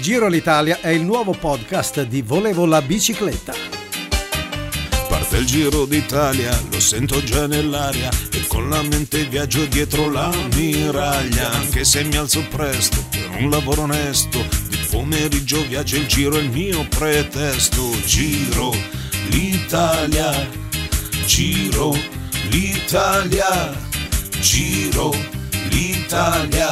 Giro l'Italia è il nuovo podcast di Volevo la bicicletta. Parte il Giro d'Italia, lo sento già nell'aria e con la mente viaggio dietro la miraglia. Anche se mi alzo presto per un lavoro onesto, di pomeriggio viaggio il Giro è il mio pretesto. Giro l'Italia, Giro l'Italia, Giro l'Italia,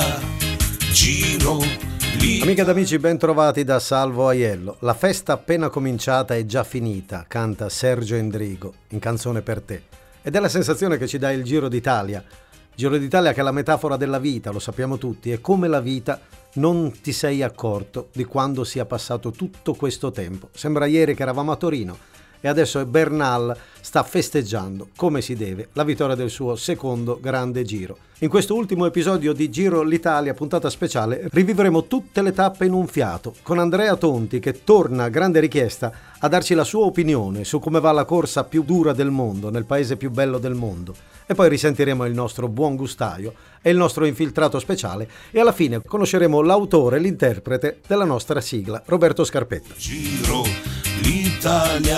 Giro l'Italia. Amiche ed amici, ben trovati da Salvo Aiello. La festa appena cominciata è già finita, canta Sergio Endrigo in Canzone per te. Ed è la sensazione che ci dà il Giro d'Italia. Giro d'Italia che è la metafora della vita, lo sappiamo tutti, e come la vita non ti sei accorto di quando sia passato tutto questo tempo. Sembra ieri che eravamo a Torino e adesso Bernal sta festeggiando, come si deve, la vittoria del suo secondo grande giro. In questo ultimo episodio di Giro l'Italia, puntata speciale, rivivremo tutte le tappe in un fiato, con Andrea Tonti che torna, grande richiesta, a darci la sua opinione su come va la corsa più dura del mondo, nel paese più bello del mondo. E poi risentiremo il nostro buon gustaio e il nostro infiltrato speciale e alla fine conosceremo l'autore e l'interprete della nostra sigla, Roberto Scarpetta. Giro l'Italia,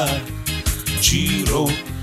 Giro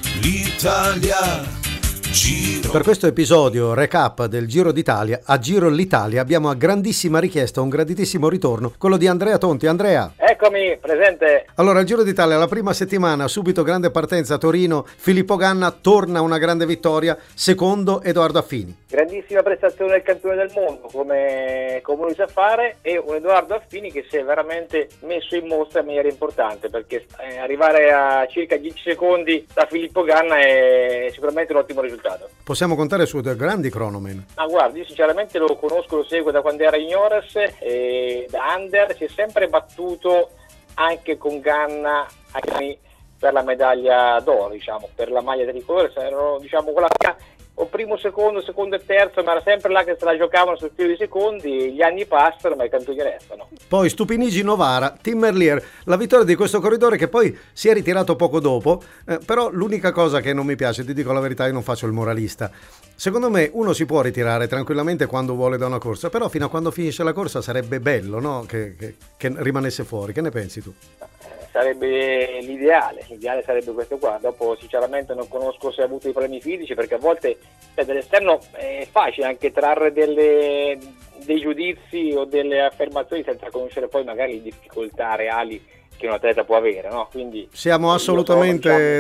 l'Italia, Giro. Per questo episodio recap del Giro d'Italia, a Giro l'Italia abbiamo a grandissima richiesta un graditissimo ritorno, quello di Andrea Tonti. Andrea. Eccomi, presente. Allora, il Giro d'Italia, la prima settimana, subito grande partenza a Torino, Filippo Ganna torna una grande vittoria, secondo Edoardo Affini. Grandissima prestazione del campione del mondo, come lui sa fare, e un Edoardo Affini che si è veramente messo in mostra in maniera importante, perché arrivare a circa 10 secondi da Filippo Ganna è sicuramente un ottimo risultato. Possiamo contare su due grandi cronomen. Ma guardi, io sinceramente lo conosco, lo seguo da quando era Ignores e da Under, si è sempre battuto anche con Ganna per la medaglia d'oro, diciamo, per la maglia tricolore, diciamo quella o primo, secondo e terzo, ma era sempre là che se la giocavano sul filo di secondi. Gli anni passano ma i campioni restano. Poi Stupinigi Novara, Tim Merlier, la vittoria di questo corridore che poi si è ritirato poco dopo, però l'unica cosa che non mi piace, ti dico la verità, io non faccio il moralista, secondo me uno si può ritirare tranquillamente quando vuole da una corsa, però fino a quando finisce la corsa sarebbe bello, no? che rimanesse fuori. Che ne pensi tu? Sarebbe l'ideale sarebbe questo qua. Dopo sinceramente non conosco se ha avuto i problemi fisici, perché a volte dall'esterno è facile anche trarre dei giudizi o delle affermazioni senza conoscere poi magari le difficoltà reali che un atleta può avere, no? Quindi siamo assolutamente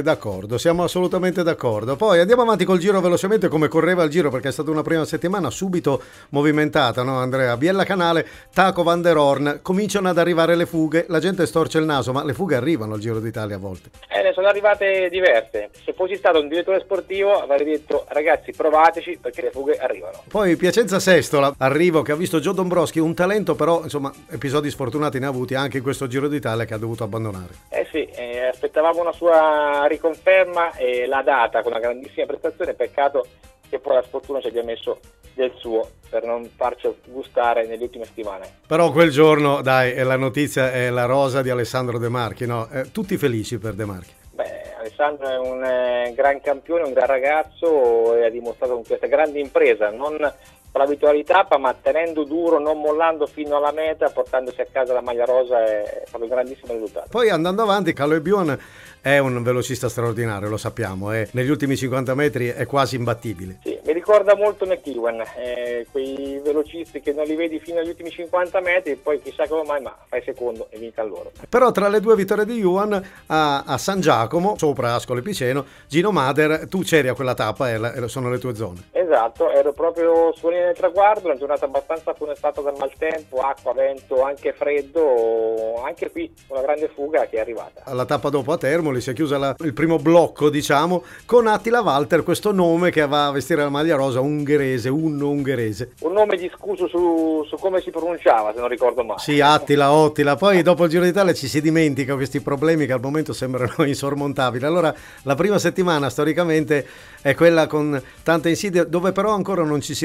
d'accordo. Poi andiamo avanti col Giro velocemente, come correva il Giro, perché è stata una prima settimana subito movimentata, no Andrea? Biella Canale, Taco Van der Horn, cominciano ad arrivare le fughe, la gente storce il naso, ma le fughe arrivano al Giro d'Italia a volte. Ne sono arrivate diverse. Se fossi stato un direttore sportivo avrei detto ragazzi provateci, perché le fughe arrivano. Poi Piacenza Sestola, arrivo che ha visto Gio Dombrowski, un talento, però insomma episodi sfortunati ne ha avuti anche in questo Giro d'Italia che ha dovuto abbandonare. Aspettavamo una sua riconferma e l'ha data con una grandissima prestazione, peccato che poi la sfortuna ci abbia messo del suo per non farci gustare nelle ultime settimane. Però quel giorno, dai, la notizia è la rosa di Alessandro De Marchi, no? Tutti felici per De Marchi. Alessandro è un gran campione, un gran ragazzo e ha dimostrato con questa grande impresa, non per la vittoria di tappa, ma tenendo duro, non mollando fino alla meta, portandosi a casa la maglia rosa, è proprio un grandissimo risultato. Poi andando avanti, Caloi Buon è un velocista straordinario, lo sappiamo, negli ultimi 50 metri è quasi imbattibile. Sì, mi ricorda molto McEwen, quei velocisti che non li vedi fino agli ultimi 50 metri e poi chissà come mai, ma fai secondo e vinca loro. Però tra le due vittorie di Juan a San Giacomo, sopra Ascoli Piceno, Gino Mader, tu c'eri a quella tappa e sono le tue zone. Esatto, ero proprio su linea del traguardo, una giornata abbastanza funestata dal maltempo, acqua, vento, anche freddo, anche qui una grande fuga che è arrivata. Alla tappa dopo a Termoli si è chiusa il primo blocco, diciamo, con Attila Walter, questo nome che va a vestire la maglia rosa, ungherese. Un nome discusso su come si pronunciava, se non ricordo male. Sì, Attila, poi dopo il Giro d'Italia ci si dimentica questi problemi che al momento sembrano insormontabili. Allora la prima settimana storicamente è quella con tante insidie, dove però ancora non ci si rende conto.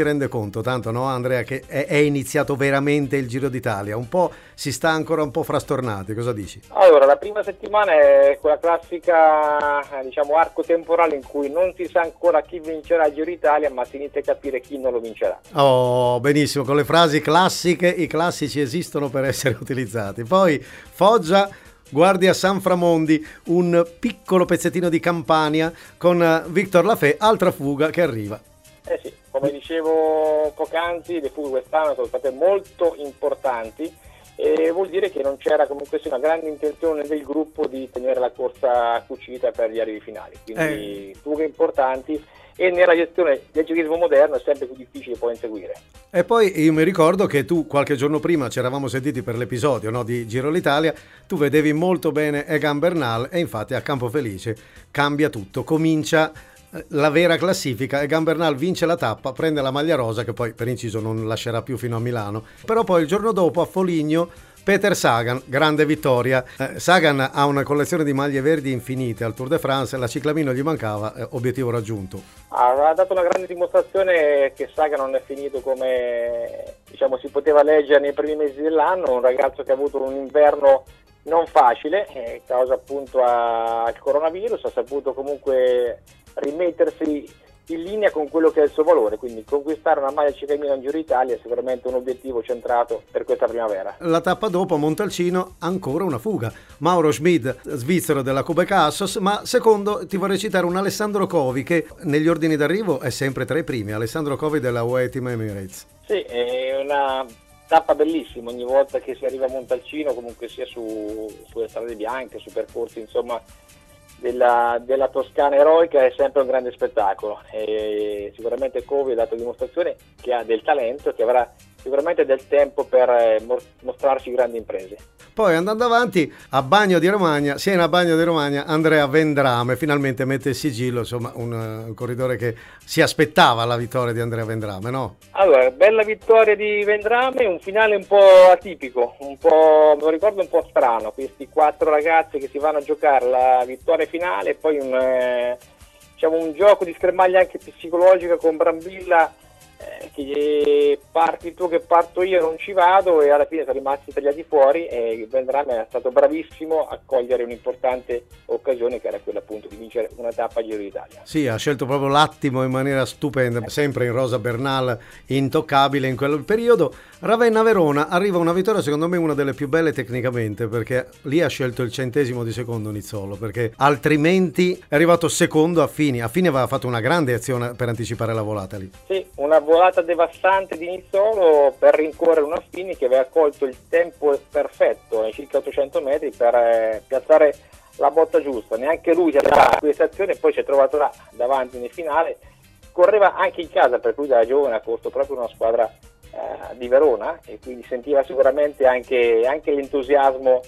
conto, tanto no Andrea, che è iniziato veramente il Giro d'Italia, un po' si sta ancora un po' frastornati, cosa dici? Allora, la prima settimana è quella classica, diciamo, arco temporale in cui non si sa ancora chi vincerà il Giro d'Italia, ma si inizia a capire chi non lo vincerà. Oh, benissimo, con le frasi classiche, i classici esistono per essere utilizzati. Poi Foggia, Guardia San Framondi, un piccolo pezzettino di Campania con Victor Lafay, altra fuga che arriva. Eh sì, come dicevo poc'anzi, le fughe quest'anno sono state molto importanti e vuol dire che non c'era comunque una grande intenzione del gruppo di tenere la corsa cucita per gli arrivi finali, quindi fughe importanti, e nella gestione del ciclismo moderno è sempre più difficile poi inseguire. E poi io mi ricordo che tu qualche giorno prima ci eravamo sentiti per l'episodio, no, di Giro d'Italia, tu vedevi molto bene Egan Bernal e infatti a Campofelice cambia tutto, comincia la vera classifica. Egan Bernal vince la tappa, prende la maglia rosa che poi per inciso non lascerà più fino a Milano, però poi il giorno dopo a Foligno Peter Sagan, grande vittoria. Sagan ha una collezione di maglie verdi infinite al Tour de France, la ciclamino gli mancava, obiettivo raggiunto. Ha dato una grande dimostrazione che Sagan non è finito come, diciamo, si poteva leggere nei primi mesi dell'anno, un ragazzo che ha avuto un inverno non facile, causa appunto al coronavirus, ha saputo comunque rimettersi in linea con quello che è il suo valore, quindi conquistare una maglia ciclamino in Giro d'Italia è sicuramente un obiettivo centrato per questa primavera. La tappa dopo a Montalcino ancora una fuga, Mauro Schmid, svizzero della Kubeka Assos, ma secondo ti vorrei citare un Alessandro Covi che negli ordini d'arrivo è sempre tra i primi, Alessandro Covi della UAE Team Emirates. Sì, è una tappa bellissima, ogni volta che si arriva a Montalcino, comunque sia sulle strade bianche, su percorsi insomma della Toscana eroica, è sempre un grande spettacolo e sicuramente Covi ha dato dimostrazione che ha del talento, che avrà sicuramente del tempo per mostrarci grandi imprese. Poi andando avanti a Bagno di Romagna, Siena Bagno di Romagna, Andrea Vendrame finalmente mette il sigillo, insomma un corridore che si aspettava la vittoria di Andrea Vendrame, no? Allora, bella vittoria di Vendrame, un finale un po' atipico, me lo ricordo un po' strano, questi 4 ragazzi che si vanno a giocare la vittoria finale e poi un gioco di schermaglia anche psicologica con Brambilla, che parti tu che parto io, non ci vado, e alla fine sono rimasti tagliati fuori e Vendrame è stato bravissimo a cogliere un'importante occasione che era quella appunto di vincere una tappa Giro d'Italia. Sì, ha scelto proprio l'attimo in maniera stupenda, sempre in rosa Bernal, intoccabile in quel periodo. Ravenna-Verona arriva una vittoria secondo me una delle più belle tecnicamente, perché lì ha scelto il 100° di secondo Nizzolo, perché altrimenti è arrivato secondo a Fini aveva fatto una grande azione per anticipare la volata lì. Sì, una volata devastante di Nizzolo per rincorrere una Fini che aveva colto il tempo perfetto ai circa 800 metri per piazzare la botta giusta. Neanche lui aveva questa azione, poi si è trovato là davanti nel finale, correva anche in casa, per cui da giovane ha corso proprio una squadra di Verona e quindi sentiva sicuramente anche l'entusiasmo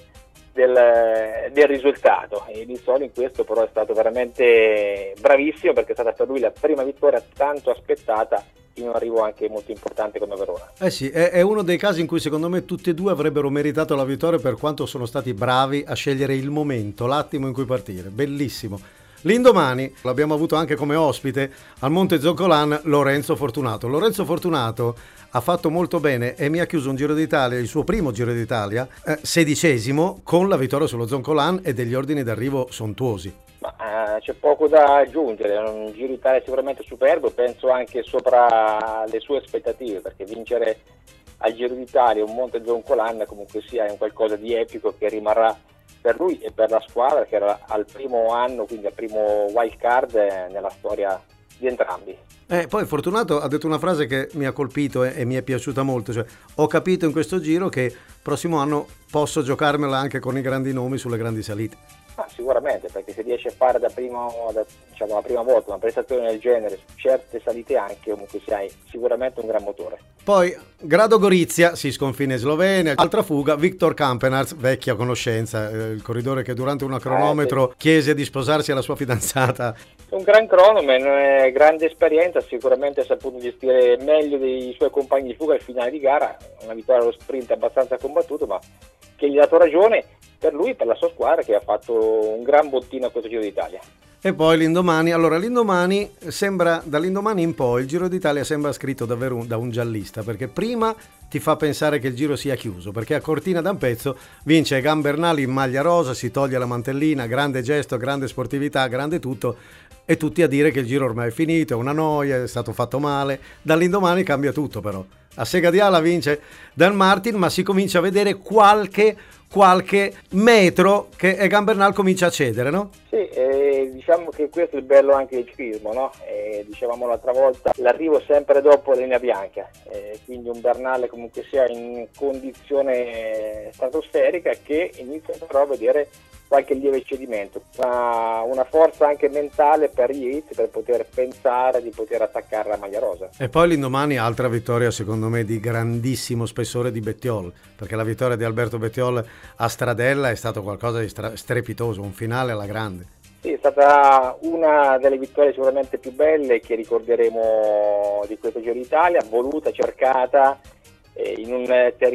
del risultato, e Nizzolo in questo però è stato veramente bravissimo, perché è stata per lui la prima vittoria tanto aspettata in un arrivo anche molto importante come Verona. Sì, è uno dei casi in cui secondo me tutti e due avrebbero meritato la vittoria per quanto sono stati bravi a scegliere il momento, l'attimo in cui partire. Bellissimo. L'indomani l'abbiamo avuto anche come ospite al Monte Zoncolan Lorenzo Fortunato. Lorenzo Fortunato ha fatto molto bene e mi ha chiuso un Giro d'Italia, il suo primo Giro d'Italia, 16° con la vittoria sullo Zoncolan e degli ordini d'arrivo sontuosi. Ma c'è poco da aggiungere, è un Giro d'Italia sicuramente superbo, penso anche sopra le sue aspettative, perché vincere al Giro d'Italia un Monte Zoncolan comunque sia un qualcosa di epico che rimarrà per lui e per la squadra, che era al primo anno, quindi al primo wild card nella storia di entrambi. Poi Fortunato ha detto una frase che mi ha colpito e mi è piaciuta molto, cioè ho capito in questo giro che prossimo anno posso giocarmela anche con i grandi nomi sulle grandi salite. Sicuramente, perché se riesce a fare la prima volta una prestazione del genere su certe salite anche, comunque hai sicuramente un gran motore. Poi Grado Gorizia si sconfina in Slovenia, altra fuga, Victor Kampenaerts, vecchia conoscenza, il corridore che durante una cronometro chiese di sposarsi alla sua fidanzata. Un gran cronoman, grande esperienza, sicuramente ha saputo gestire meglio dei suoi compagni di fuga al finale di gara, una vittoria allo sprint abbastanza combattuto, ma che gli ha dato ragione per lui e per la sua squadra, che ha fatto un gran bottino a questo Giro d'Italia. E poi l'indomani, allora l'indomani sembra, dall'indomani in poi il Giro d'Italia sembra scritto davvero da un giallista, perché prima ti fa pensare che il Giro sia chiuso, perché a Cortina d'Ampezzo vince Egan Bernal in maglia rosa, si toglie la mantellina, grande gesto, grande sportività, grande tutto, e tutti a dire che il Giro ormai è finito, è una noia, è stato fatto male. Dall'indomani cambia tutto però. A Sega di Ala vince Dan Martin, ma si comincia a vedere qualche metro che Egan Bernal comincia a cedere, no? Sì, diciamo che questo è il bello anche del ciclismo, no? Dicevamo l'altra volta, l'arrivo sempre dopo la linea bianca, quindi un Bernal comunque sia in condizione stratosferica che inizia però a vedere qualche lieve cedimento, una forza anche mentale per Yates per poter pensare di poter attaccare la maglia rosa. E poi l'indomani altra vittoria secondo me di grandissimo spessore di Bettiol, perché la vittoria di Alberto Bettiol a Stradella è stato qualcosa di strepitoso, un finale alla grande. Sì, è stata una delle vittorie sicuramente più belle che ricorderemo di questo Giro d'Italia, voluta, cercata, in un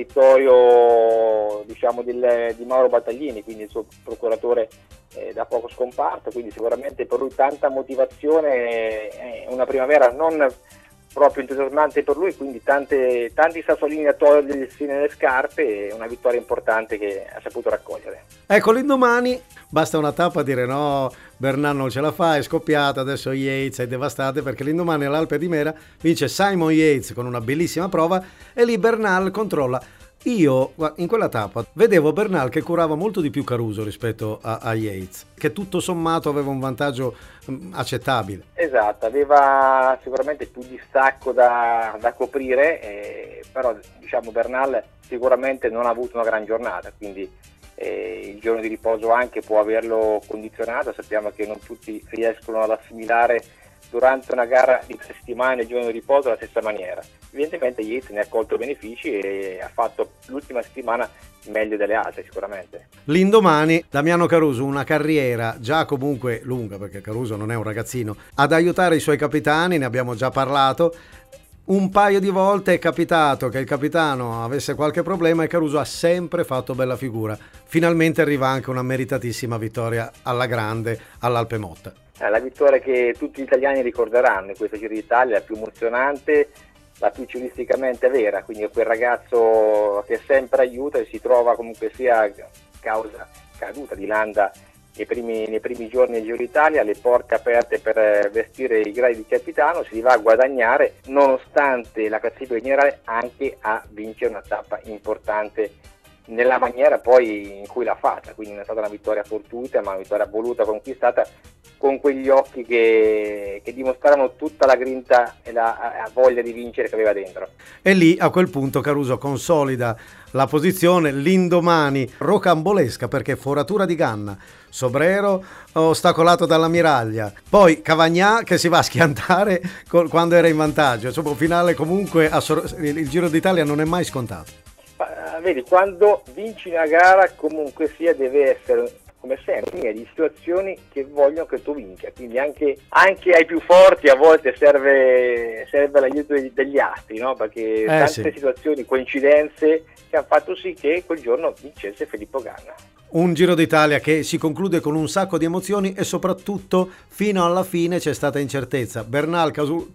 territorio diciamo di Mauro Battaglini, quindi il suo procuratore da poco scomparso, quindi sicuramente per lui tanta motivazione, una primavera non proprio entusiasmante per lui, quindi tanti sassolini da togliersi nelle scarpe e una vittoria importante che ha saputo raccogliere. Ecco, l'indomani basta una tappa a dire no, Bernal non ce la fa, è scoppiata, adesso Yates è devastata, perché l'indomani all'Alpe di Mera vince Simon Yates con una bellissima prova e lì Bernal controlla. Io in quella tappa vedevo Bernal che curava molto di più Caruso rispetto a Yates, che tutto sommato aveva un vantaggio accettabile. Esatto, aveva sicuramente più distacco da coprire, però diciamo Bernal sicuramente non ha avuto una gran giornata, quindi il giorno di riposo anche può averlo condizionato. Sappiamo che non tutti riescono ad assimilare durante una gara di 3 settimane il giorno di riposo alla stessa maniera. Evidentemente Yates ne ha colto benefici e ha fatto l'ultima settimana meglio delle altre sicuramente. L'indomani Damiano Caruso, una carriera già comunque lunga, perché Caruso non è un ragazzino, ad aiutare i suoi capitani, ne abbiamo già parlato. Un paio di volte è capitato che il capitano avesse qualche problema e Caruso ha sempre fatto bella figura. Finalmente arriva anche una meritatissima vittoria alla grande all'Alpe Motta. La vittoria che tutti gli italiani ricorderanno in questo Giro d'Italia, la più emozionante, la più civilisticamente vera, quindi quel ragazzo che sempre aiuta e si trova comunque sia causa caduta di Landa nei primi giorni del Giro d'Italia, le porte aperte per vestire i gradi di capitano, si va a guadagnare nonostante la classifica generale anche a vincere una tappa importante nella maniera poi in cui l'ha fatta, quindi non è stata una vittoria fortuita ma una vittoria voluta, conquistata con quegli occhi che dimostravano tutta la grinta e la voglia di vincere che aveva dentro. E lì a quel punto Caruso consolida la posizione, l'indomani rocambolesca perché foratura di Ganna, Sobrero ostacolato dalla Miraglia, poi Cavagnà che si va a schiantare quando era in vantaggio, insomma un finale comunque il Giro d'Italia non è mai scontato. Vedi, quando vinci una gara comunque sia deve essere come sempre di situazioni che vogliono che tu vinca, quindi anche ai più forti a volte serve l'aiuto degli astri, no? Perché tante situazioni, coincidenze che hanno fatto sì che quel giorno vincesse Filippo Ganna. Un Giro d'Italia che si conclude con un sacco di emozioni e soprattutto fino alla fine c'è stata incertezza. Bernal,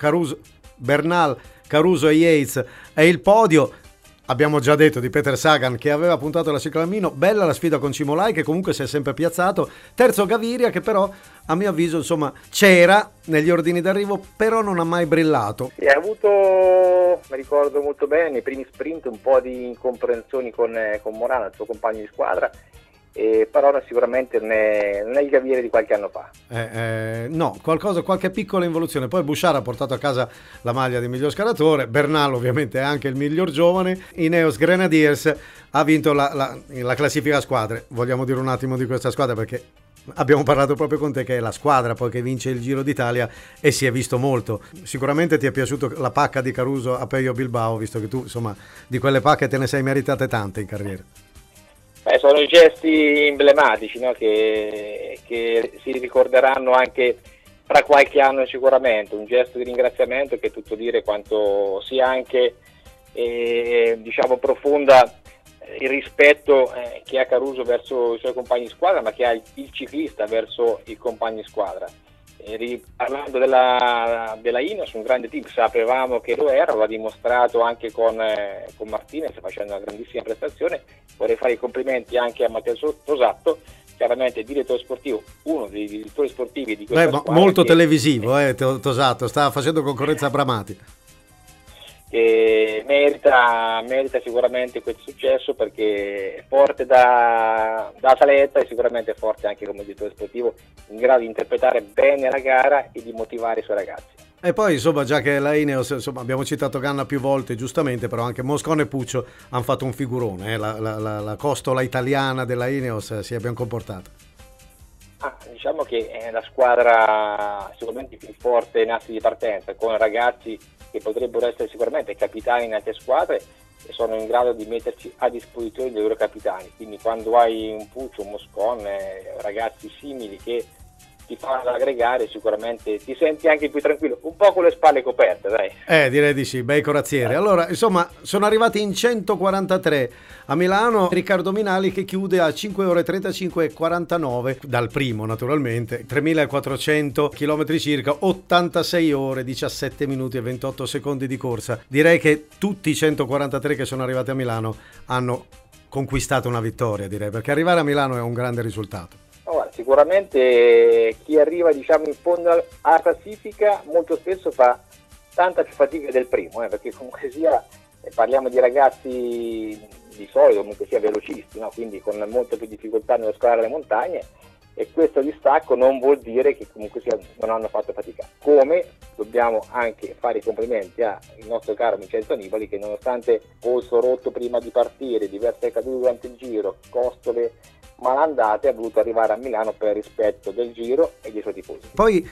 Caruso e Yates è il podio. Abbiamo già detto di Peter Sagan che aveva puntato la ciclamino, bella la sfida con Cimolai che comunque si è sempre piazzato, terzo Gaviria che però a mio avviso insomma c'era negli ordini d'arrivo però non ha mai brillato. Ha avuto, mi ricordo molto bene, nei primi sprint un po' di incomprensioni con Morano, il suo compagno di squadra, però sicuramente non è il Gaviria di qualche anno fa. No, qualche piccola involuzione. Poi Bouchard ha portato a casa la maglia di miglior scalatore, Bernal ovviamente è anche il miglior giovane, Ineos Grenadiers ha vinto la classifica a squadre. Vogliamo dire un attimo di questa squadra perché abbiamo parlato proprio con te che è la squadra poi che vince il Giro d'Italia e si è visto molto. Sicuramente ti è piaciuto la pacca di Caruso a Pello Bilbao, visto che tu insomma di quelle pacche te ne sei meritate tante in carriera. Sono i gesti emblematici, no? che si ricorderanno anche tra qualche anno sicuramente, un gesto di ringraziamento che è tutto dire quanto sia anche profonda il rispetto che ha Caruso verso i suoi compagni di squadra, ma che ha il ciclista verso i compagni di squadra. Parlando della Ineos, un grande team, sapevamo che lo era, lo ha dimostrato anche con Martinez facendo una grandissima prestazione. Vorrei fare i complimenti anche a Matteo Tosatto, chiaramente direttore sportivo, uno dei direttori sportivi di questa squadra. Molto televisivo, Tosatto, sta facendo concorrenza a Bramati. Che merita sicuramente questo successo, perché è forte da atleta e sicuramente forte anche come direttore sportivo, in grado di interpretare bene la gara e di motivare i suoi ragazzi. E poi insomma, già che la Ineos, insomma, abbiamo citato Ganna più volte giustamente, però anche Moscon e Puccio hanno fatto un figurone, la costola italiana della Ineos si è ben comportata. Diciamo che è la squadra sicuramente più forte in assi di partenza, con ragazzi che potrebbero essere sicuramente capitani in altre squadre e sono in grado di metterci a disposizione dei loro capitani. Quindi quando hai un Puccio, un Moscon, ragazzi simili che ti fanno aggregare, sicuramente ti senti anche più tranquillo, un po' con le spalle coperte, dai. Direi di sì, bei corazzieri. Allora, insomma, sono arrivati in 143 a Milano. Riccardo Minali che chiude a 5 ore 35 e 49 dal primo, naturalmente, 3400 km circa, 86 ore 17 minuti e 28 secondi di corsa. Direi che tutti i 143 che sono arrivati a Milano hanno conquistato una vittoria, direi, perché arrivare a Milano è un grande risultato. Sicuramente chi arriva, diciamo, in fondo alla classifica molto spesso fa tanta più fatica del primo, perché comunque sia parliamo di ragazzi di solito comunque sia velocisti, no? Quindi con molta più difficoltà nello scalare le montagne, e questo distacco non vuol dire che comunque sia non hanno fatto fatica. Come dobbiamo anche fare i complimenti al nostro caro Vincenzo Nibali, che nonostante polso rotto prima di partire, diverse cadute durante il giro, costole malandate, ha voluto arrivare a Milano per rispetto del giro e dei suoi tifosi. Poi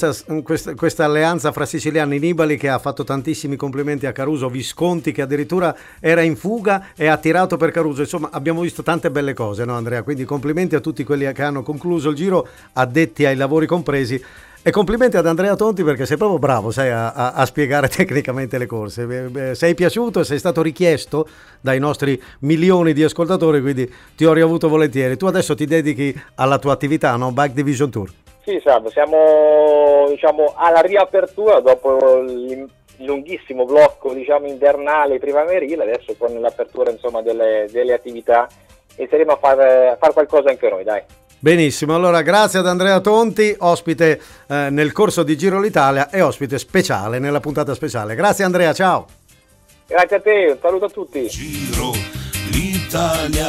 questa alleanza fra siciliani, Nibali che ha fatto tantissimi complimenti a Caruso, Visconti che addirittura era in fuga e ha tirato per Caruso, insomma abbiamo visto tante belle cose, no Andrea? Quindi complimenti a tutti quelli che hanno concluso il giro, addetti ai lavori compresi. E complimenti ad Andrea Tonti, perché sei proprio bravo, sai, a spiegare tecnicamente le corse. Sei piaciuto, sei stato richiesto dai nostri milioni di ascoltatori, quindi ti ho riavuto volentieri. Tu adesso ti dedichi alla tua attività, no? Bike Division Tour. Sì, Salvo, siamo, diciamo, alla riapertura dopo il lunghissimo blocco, diciamo, invernale, primaverile. Adesso con l'apertura, insomma, delle attività inizieremo a far qualcosa anche noi, dai. Benissimo, allora grazie ad Andrea Tonti, ospite nel corso di Giro l'Italia e ospite speciale nella puntata speciale. Grazie Andrea, ciao. Grazie a te, un saluto a tutti. Giro l'Italia,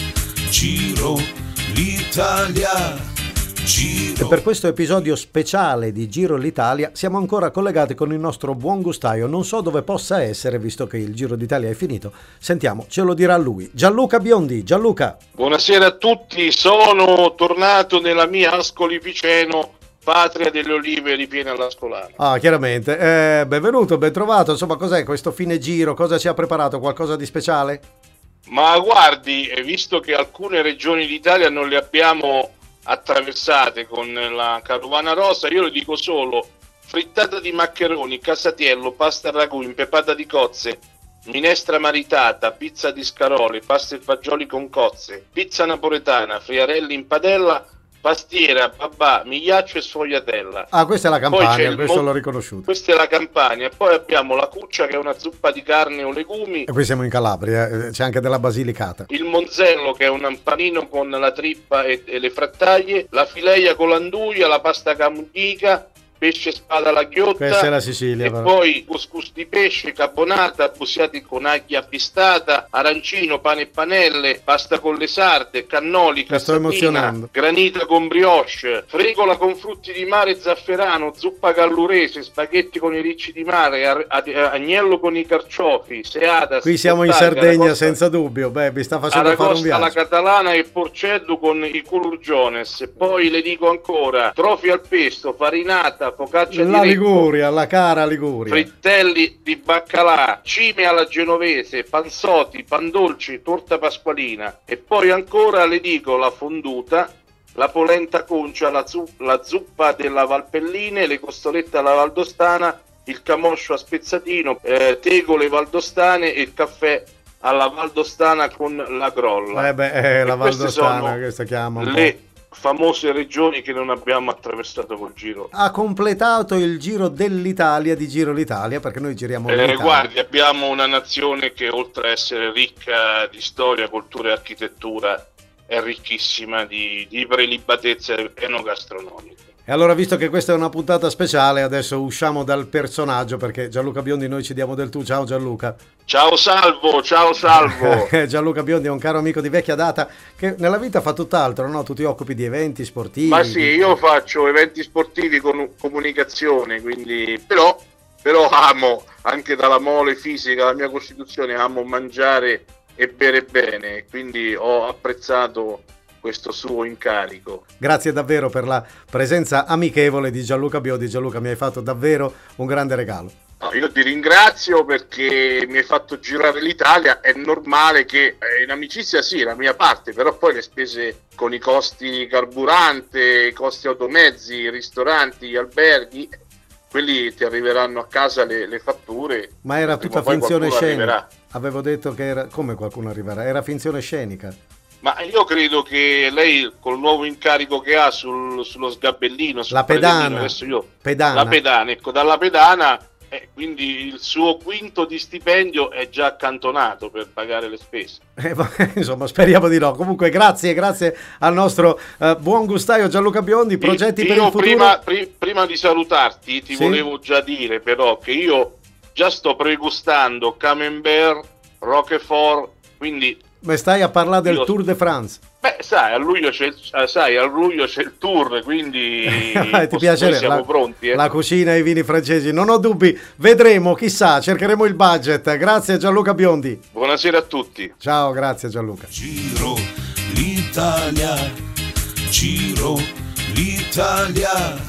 Giro l'Italia. Giro. E per questo episodio speciale di Giro l'Italia siamo ancora collegati con il nostro buon gustaio. Non so dove possa essere, visto che il Giro d'Italia è finito. Sentiamo, ce lo dirà lui. Gianluca Biondi. Gianluca. Buonasera a tutti, sono tornato nella mia Ascoli Piceno, patria delle olive ripiene all'Ascolano. Ah, chiaramente. Benvenuto, ben trovato. Insomma, cos'è questo fine giro? Cosa ci ha preparato? Qualcosa di speciale? Ma guardi, visto che alcune regioni d'Italia non le abbiamo attraversate con la carovana rosa, io le dico solo frittata di maccheroni, casatiello, pasta al ragù, impepata di cozze, minestra maritata, pizza di scarole, pasta e fagioli con cozze, pizza napoletana, friarelli in padella, pastiera, babà, migliaccio e sfogliatella. Ah, questa è la Campania, questo l'ho riconosciuto. Questa è la Campania. Poi abbiamo la cuccia, che è una zuppa di carne o legumi. E qui siamo in Calabria, c'è anche della basilicata. Il monzello, che è un panino con la trippa e le frattaglie. La fileia con l'anduia, la pasta camugnica, pesce spada alla ghiotta. Questa è la Sicilia. E però. Poi couscous di pesce, carbonata, busiati con aglia pistata, arancino, pane e panelle, pasta con le sarde, cannoli, cassatina, granita con brioche, fregola con frutti di mare, zafferano, zuppa gallurese, spaghetti con i ricci di mare, agnello con i carciofi, seata. Qui siamo in Sardegna senza dubbio. Beh, mi sta facendo fare un viaggio. La catalana e porcello con i culurgiones. E poi le dico ancora, trofi al pesto, farinata, focaccia di Liguria, la cara Liguria, frittelli di baccalà, cime alla genovese, panzotti, pandolci, torta pasqualina. E poi ancora le dico la fonduta, la polenta concia, la zuppa della Valpelline, le costolette alla Valdostana, il camoscio a spezzatino, tegole valdostane e il caffè alla Valdostana con la Grolla. La Valdostana, questa chiama un le famose regioni che non abbiamo attraversato col Giro. Ha completato il Giro dell'Italia di Giro l'Italia, perché noi giriamo l'Italia. Guardi, abbiamo una nazione che oltre a essere ricca di storia, cultura e architettura è ricchissima di prelibatezze enogastronomiche. E allora, visto che questa è una puntata speciale, adesso usciamo dal personaggio, perché Gianluca Biondi noi ci diamo del tu. Ciao Gianluca. Ciao Salvo. Gianluca Biondi è un caro amico di vecchia data che nella vita fa tutt'altro, no? Tu ti occupi di eventi sportivi. Ma sì, io faccio eventi sportivi con comunicazione, quindi però amo, anche dalla mole fisica, la mia costituzione, amo mangiare e bere bene, quindi ho apprezzato questo suo incarico. Grazie davvero per la presenza amichevole di Gianluca Biondi. Gianluca, mi hai fatto davvero un grande regalo. No, io ti ringrazio perché mi hai fatto girare l'Italia. È normale che in amicizia sì, la mia parte, però poi le spese con i costi carburante, i costi automezzi, i ristoranti, gli alberghi, quelli ti arriveranno a casa le fatture. Ma era tutta finzione scenica. Arriverà. Avevo detto che era... Come qualcuno arriverà? Era finzione scenica. Ma io credo che lei, col nuovo incarico che ha sullo sgabellino, la pedana, la pedana, ecco, dalla pedana, quindi il suo quinto di stipendio è già accantonato per pagare le spese. Insomma, speriamo di no. Comunque grazie al nostro buon gustaio Gianluca Biondi. Progetti per il futuro? Prima di salutarti ti volevo già dire però che io già sto pregustando Camembert, Roquefort, quindi... Ma stai a parlare del Tour de France? Beh, sai, a luglio c'è il tour, quindi ti piace siamo pronti. La cucina e i vini francesi, non ho dubbi, vedremo, chissà, cercheremo il budget. Grazie Gianluca Biondi. Buonasera a tutti. Ciao, grazie Gianluca. Giro l'Italia, Giro l'Italia.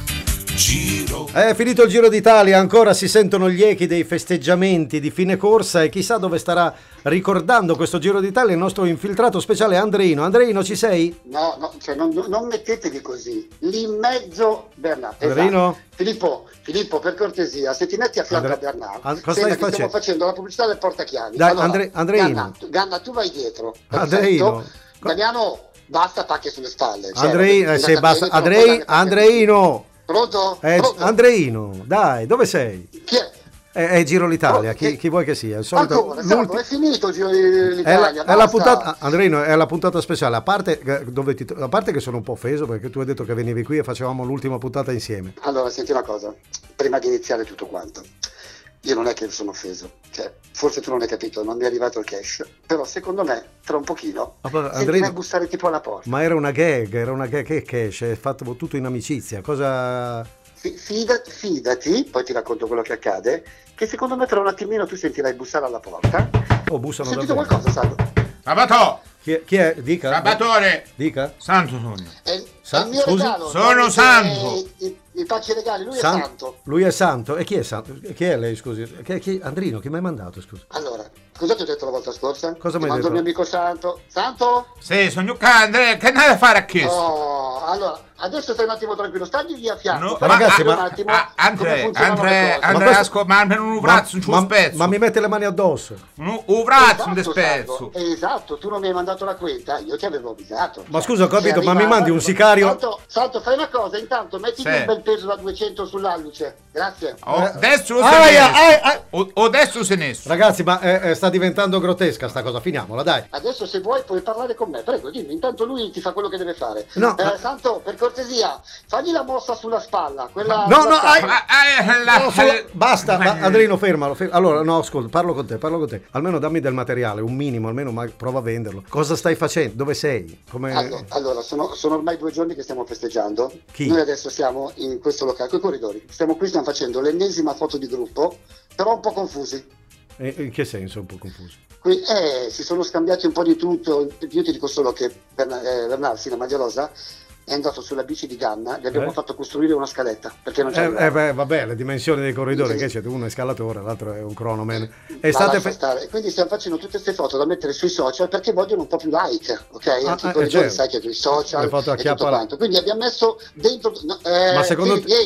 È finito il Giro d'Italia, ancora si sentono gli echi dei festeggiamenti di fine corsa e chissà dove starà ricordando questo Giro d'Italia il nostro infiltrato speciale Andreino. Andreino, ci sei? No, cioè non mettetevi così, lì in mezzo Bernard. Andreino? Esatto. Filippo, per cortesia, se ti metti a fianco a Bernard, cosa stai facendo? Stiamo facendo la pubblicità del portachiavi. Dai, allora, Andreino. Ganna, tu vai dietro. Andreino. Damiano, basta pacche sulle spalle. Andreino. Pronto? Andreino, dai, dove sei? Chi è? È Giro l'Italia, chi vuoi che sia? Il solito, è finito il Giro l'Italia. È la puntata, Andreino, è la puntata speciale, a parte che sono un po' offeso perché tu hai detto che venivi qui e facevamo l'ultima puntata insieme. Allora, senti una cosa, prima di iniziare tutto quanto, io non è che sono offeso, cioè, forse tu non hai capito, non mi è arrivato il cash, però secondo me tra un pochino senti a bussare tipo alla porta. Ma era una gag, che cash, è fatto tutto in amicizia, cosa... Fidati, poi ti racconto quello che accade, che secondo me tra un attimino tu sentirai bussare alla porta. Bussano Hai sentito davvero. qualcosa, Salvo? Sabato! Chi è? Dica. Sabatore! Dica. Santo sono. È il mio Scusi? regalo. Sono santo! I facci regali, lui è santo. Lui è santo. E chi è santo? Chi è lei, scusi? Andrino, chi mi hai mandato, scusi? Allora, cosa ti ho detto la volta scorsa? Cosa mi hai detto? detto? Il mio amico santo. Santo? Sì, sono Andrea, che ne hai a fare a questo? Oh, allora, adesso stai un attimo tranquillo, stagli via a fianco. No, ragazzi, un attimo Andrea, ma almeno un braccio, un spezzo. Ma mi mette le mani addosso. Un braccio, un spezzo. Esatto, tu non mi hai mandato la cuenta, io ti avevo avvisato. Ma scusa, ho capito, ma mi mandi un sicario... Santo, fai una cosa, intanto mettiti un bel peso da 200 sull'alluce, grazie. Adesso se ne so. Ragazzi, ma sta diventando grottesca sta cosa, finiamola, dai. Adesso se vuoi puoi parlare con me, prego, dimmi, intanto lui ti fa quello che deve fare. No, Santo, per cortesia, fagli la mossa sulla spalla, quella... basta, Andrino, fermalo. Allora, no, ascolta, parlo con te. Almeno dammi del materiale, un minimo, almeno prova a venderlo. Cosa stai facendo? Dove sei? Allora, sono ormai 2 giorni che stiamo festeggiando. Chi? Noi adesso siamo in questo locale, coi corridori. Stiamo facendo l'ennesima foto di gruppo, però un po' confusi. In che senso un po' confuso? Si sono scambiati un po' di tutto. Io ti dico solo che Bernard, la Maggiosa, è andato sulla bici di Ganna, gli abbiamo fatto costruire una scaletta perché non c'è vabbè, le dimensioni dei corridori, che c'è uno è scalatore, l'altro è un cronoman. Quindi stiamo facendo tutte queste foto da mettere sui social perché vogliono un po' più like, ok? Anche i corridori, sai che i social e tutto quanto. Quindi abbiamo messo dentro ma secondo te...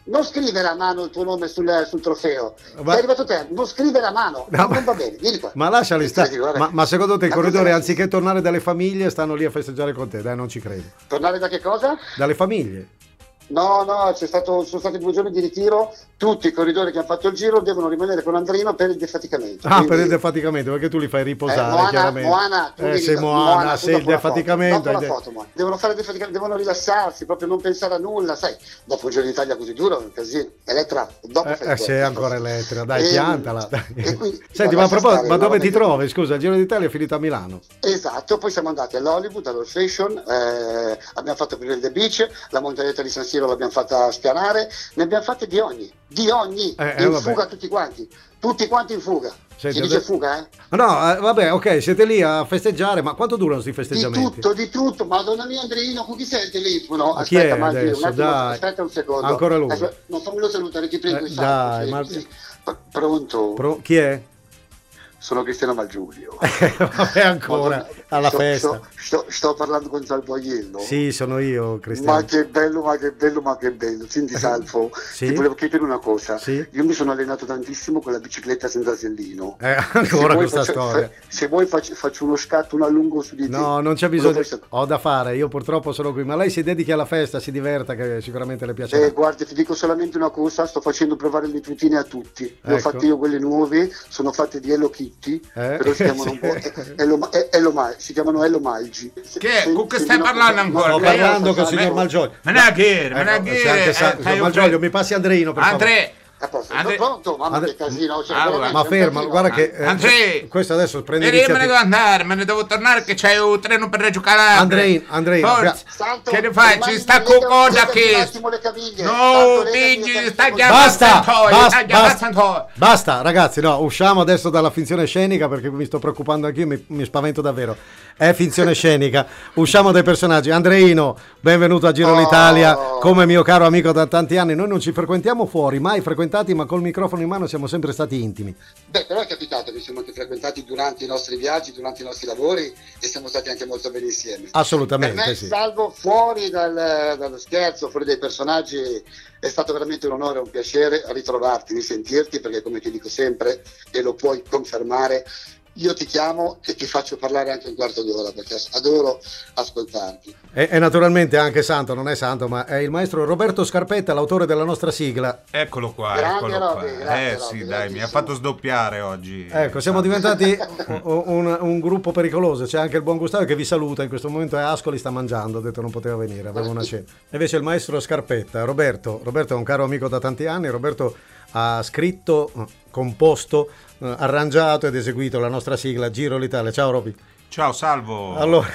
non scrivere a mano il tuo nome sul trofeo. Sei arrivato te, non scrivere a mano, non va bene, vieni qua. Ma lasciali stare. Ma secondo te i corridori, anziché tornare dalle famiglie, stanno lì a festeggiare con te? Dai, non ci credo. Tornare da che cosa? Dalle famiglie. No, sono stati 2 giorni di ritiro, tutti i corridori che hanno fatto il giro devono rimanere con Andrino per il defaticamento. Quindi... per il defaticamento, perché tu li fai riposare, chiaramente. Moana, sei il defaticamento. Dopo la foto, devono fare il defaticamento, devono rilassarsi, proprio non pensare a nulla, sai, dopo un giorno d'Italia così duro è un casino. Elettra, dopo sei ancora Elettra, dai, piantala. Quindi, senti, ma a proposito, ma dove ti trovi? Scusa, il Giro d'Italia è finito a Milano. Esatto, poi siamo andati all'Hollywood, all'All Fashion, abbiamo fatto prima il The Beach, la montagnetta di San Siro l'abbiamo fatta spianare, ne abbiamo fatte di ogni, fuga tutti quanti in fuga. Senti, si dice fuga, eh? No, vabbè, ok, siete lì a festeggiare, ma quanto durano questi festeggiamenti? Di tutto, madonna mia Andreino, con chi sei il telefono? Aspetta, aspetta un secondo. Ancora lui. Non fammelo salutare, ti prego. Dai, Pronto? Chi è? Sono Cristiano Malgiulio. Vabbè, ancora alla festa. Sto parlando con Salvo Aiello. Sì, sono io, Cristiano. Ma che bello. Senti Salvo, sì? Ti volevo chiedere una cosa. Sì? Io mi sono allenato tantissimo con la bicicletta senza sellino. Ancora questa storia. Se vuoi faccio uno scatto, un allungo su di te. No, non c'è bisogno. Ho da fare, io purtroppo sono qui. Ma lei si dedichi alla festa, si diverta, che sicuramente le piacerà. Guarda, ti dico solamente una cosa, sto facendo provare le tutine a tutti. Le ho fatte io quelle nuove, sono fatte di Hello Kitty. Però si chiamano si chiamano Ello Malgi. Con che stai parlando ancora? Sto parlando con il signor Malgioglio. Signor Malgioglio, mi passi Andreino per favore. Pronto? Mamma che casino. Ma ferma, guarda che Andrea, questo adesso prende me ne devo andare, me ne devo tornare che c'hai un treno per Reggio Calabria. Andrei, che ne fai? Ci sta con coda che no, digli, sta basta ragazzi, no, usciamo adesso dalla finzione scenica perché mi sto preoccupando anch'io, mi spavento davvero. È finzione scenica, usciamo dai personaggi. Andreino, benvenuto a Giro d'Italia, come mio caro amico da tanti anni. Noi non ci frequentiamo fuori, mai frequentati, ma col microfono in mano siamo sempre stati intimi. Però è capitato che siamo anche frequentati durante i nostri viaggi, durante i nostri lavori e siamo stati anche molto bene insieme. Assolutamente, per me, sì. Salvo, fuori dallo scherzo, fuori dai personaggi, è stato veramente un onore e un piacere ritrovarti, risentirti, perché come ti dico sempre, e lo puoi confermare, io ti chiamo e ti faccio parlare anche un quarto d'ora perché adoro ascoltarti. E naturalmente anche Santo, non è Santo, ma è il maestro Roberto Scarpetta, l'autore della nostra sigla. Eccolo qua. Grazie, dai, mi ha fatto sdoppiare oggi. Ecco, siamo diventati un gruppo pericoloso. C'è anche il buon Gustavo che vi saluta, in questo momento è Ascoli, sta mangiando, ha detto non poteva venire, aveva una cena. Invece il maestro Scarpetta, Roberto è un caro amico da tanti anni. Roberto ha scritto, composto, arrangiato ed eseguito la nostra sigla Giro l'Italia. Ciao Roby. Ciao Salvo. Allora,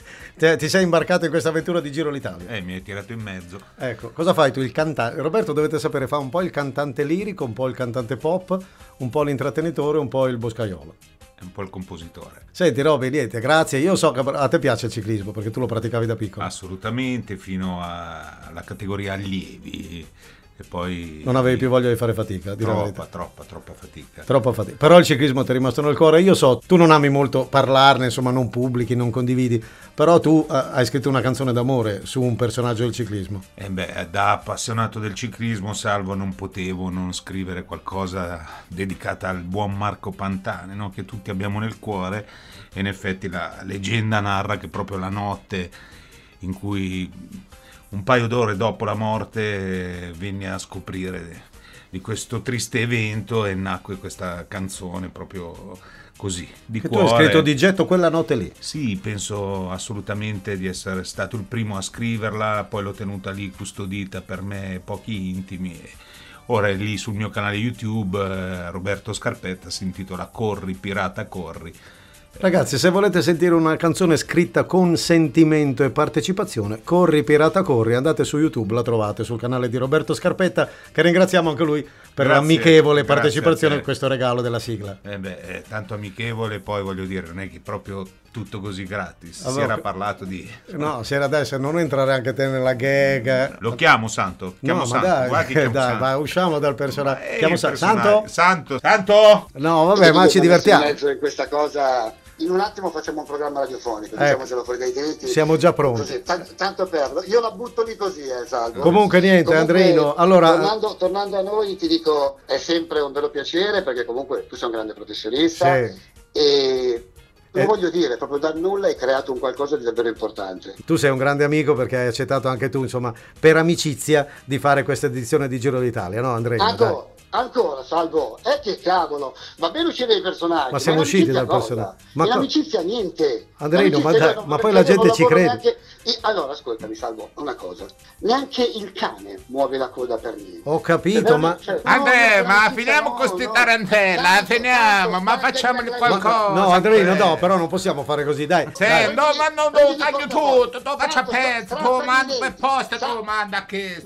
ti sei imbarcato in questa avventura di Giro l'Italia? Mi hai tirato in mezzo. Ecco, cosa fai tu, il cantante? Roberto, dovete sapere, fa un po' il cantante lirico, un po' il cantante pop, un po' l'intrattenitore, un po' il boscaiolo. È un po' il compositore. Senti Roby, niente, grazie. Io so che a te piace il ciclismo perché tu lo praticavi da piccolo. Assolutamente, fino alla categoria allievi. E poi non avevi più voglia di fare fatica? Troppa fatica. Troppa fatica. Però il ciclismo ti è rimasto nel cuore. Io so, tu non ami molto parlarne, insomma, non pubblichi, non condividi, però tu hai scritto una canzone d'amore su un personaggio del ciclismo. Da appassionato del ciclismo, Salvo, non potevo non scrivere qualcosa dedicata al buon Marco Pantani, no? Che tutti abbiamo nel cuore. E in effetti la leggenda narra che proprio la notte in cui un paio d'ore dopo la morte venne a scoprire di questo triste evento e nacque questa canzone proprio così, di che cuore. Tu hai scritto di getto quella notte lì? Sì, penso assolutamente di essere stato il primo a scriverla, poi l'ho tenuta lì custodita per me e pochi intimi. Ora è lì sul mio canale YouTube, Roberto Scarpetta, si intitola Corri pirata corri. Ragazzi, se volete sentire una canzone scritta con sentimento e partecipazione, Corri pirata corri, andate su YouTube, la trovate sul canale di Roberto Scarpetta, che ringraziamo anche lui per l'amichevole partecipazione a questo regalo della sigla. È tanto amichevole, poi voglio dire, non è che proprio tutto così gratis. Allora, si era parlato di... No, si era adesso, non entrare anche te nella gag. Lo chiamo Santo? Chiamo Santo. Dai, usciamo dal personaggio. Chiamo Santo? Santo? No, vabbè, ma ci divertiamo. In questa cosa in un attimo facciamo un programma radiofonico, diciamocelo fuori dai diritti. Siamo già pronti. Così, tanto per... Io la butto lì così, Salvo. Comunque niente, Andreino, allora... Tornando a noi, ti dico, è sempre un vero piacere, perché comunque tu sei un grande professionista, sì. E... Lo voglio dire, proprio dal nulla hai creato un qualcosa di davvero importante. Tu sei un grande amico, perché hai accettato anche tu, insomma, per amicizia, di fare questa edizione di Giro d'Italia, no Andrea? Ancora, Salvo, che cavolo, va bene uscire dai personaggi, ma siamo usciti dal personaggio. In amicizia niente. Andreino, ma poi la gente ci crede. Neanche... Allora, ascoltami, Salvo, una cosa, neanche il cane muove la coda per niente. Ho capito, ma... Andrea, ma finiamo con queste tarantella, finiamo, ma facciamoli qualcosa. No, Andreino, no, però non possiamo fare così, dai. Sì, no, ma non taglio tutto, tu faccia pezzo, tu manda per posta, tu manda che...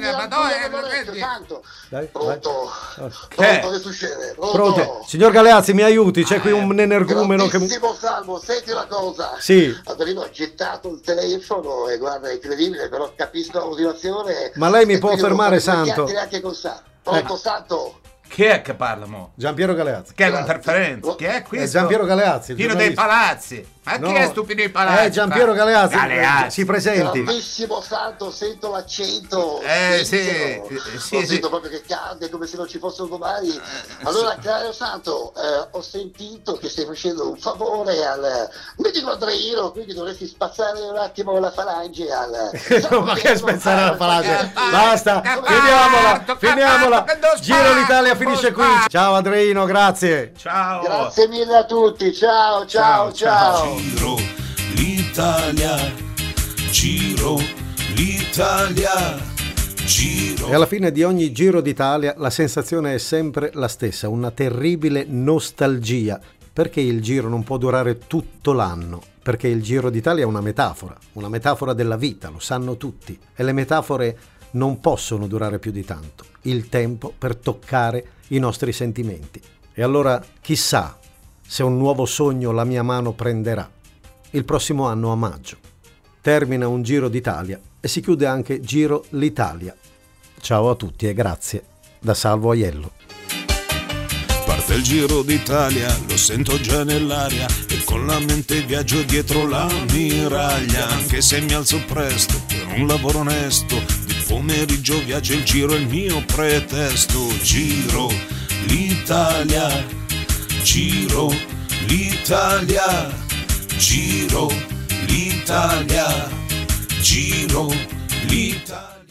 Pronto? Che succede? Pronto? Signor Galeazzi, mi aiuti, c'è qui un energumeno che... Salvo, senti una cosa. Sì. Andrino ha gettato il telefono e guarda, è incredibile, però capisco la motivazione. Ma lei mi può fermare, Santo? Anche con Pronto, Santo? Chi è che parla mo? Giampiero Galeazzi. Che è l'interferenza? Chi è questo? È Giampiero Galeazzi. Pieno dei palazzi. Ma chi è stupido dei palazzi? È Giampiero Galeazzi. Si presenti. Bravissimo, Santo, sento l'accento. Sento proprio che cade come se non ci fosse un domani. Allora, caro Santo, ho sentito che stai facendo un favore al medico Andreino, quindi dovresti spazzare un attimo la falange al... Ma che spezzare la falange? Basta, finiamola. Giro d'Italia finisce qui. Ciao Andreino, grazie. Ciao. Grazie mille a tutti. Ciao. Giro l'Italia, Giro l'Italia, Giro. E alla fine di ogni Giro d'Italia la sensazione è sempre la stessa, una terribile nostalgia, perché il Giro non può durare tutto l'anno, perché il Giro d'Italia è una metafora della vita, lo sanno tutti, e le metafore non possono durare più di tanto, il tempo per toccare i nostri sentimenti. E allora chissà se un nuovo sogno la mia mano prenderà. Il prossimo anno a maggio. Termina un Giro d'Italia e si chiude anche Giro l'Italia. Ciao a tutti e grazie da Salvo Aiello. Parte il Giro d'Italia, lo sento già nell'aria e con la mente viaggio dietro la miraglia. Anche se mi alzo presto per un lavoro onesto, di pomeriggio viaggio il Giro è il mio pretesto. Giro l'Italia, Giro l'Italia, Giro l'Italia, Giro l'Italia.